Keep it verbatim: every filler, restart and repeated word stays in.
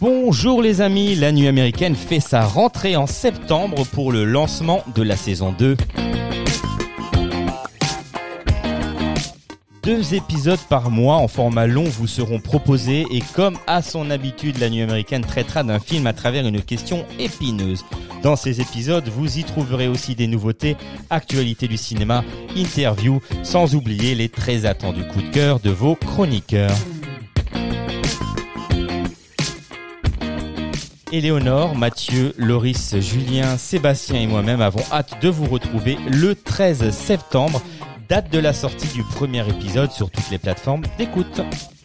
Bonjour les amis, la nuit américaine fait sa rentrée en septembre pour le lancement de la saison deux. Deux épisodes par mois en format long vous seront proposés et comme à son habitude, la nuit américaine traitera d'un film à travers une question épineuse. Dans ces épisodes, vous y trouverez aussi des nouveautés, actualités du cinéma, interviews, sans oublier les très attendus coups de cœur de vos chroniqueurs. Éléonore, Mathieu, Loris, Julien, Sébastien et moi-même avons hâte de vous retrouver le treize septembre, date de la sortie du premier épisode sur toutes les plateformes d'écoute.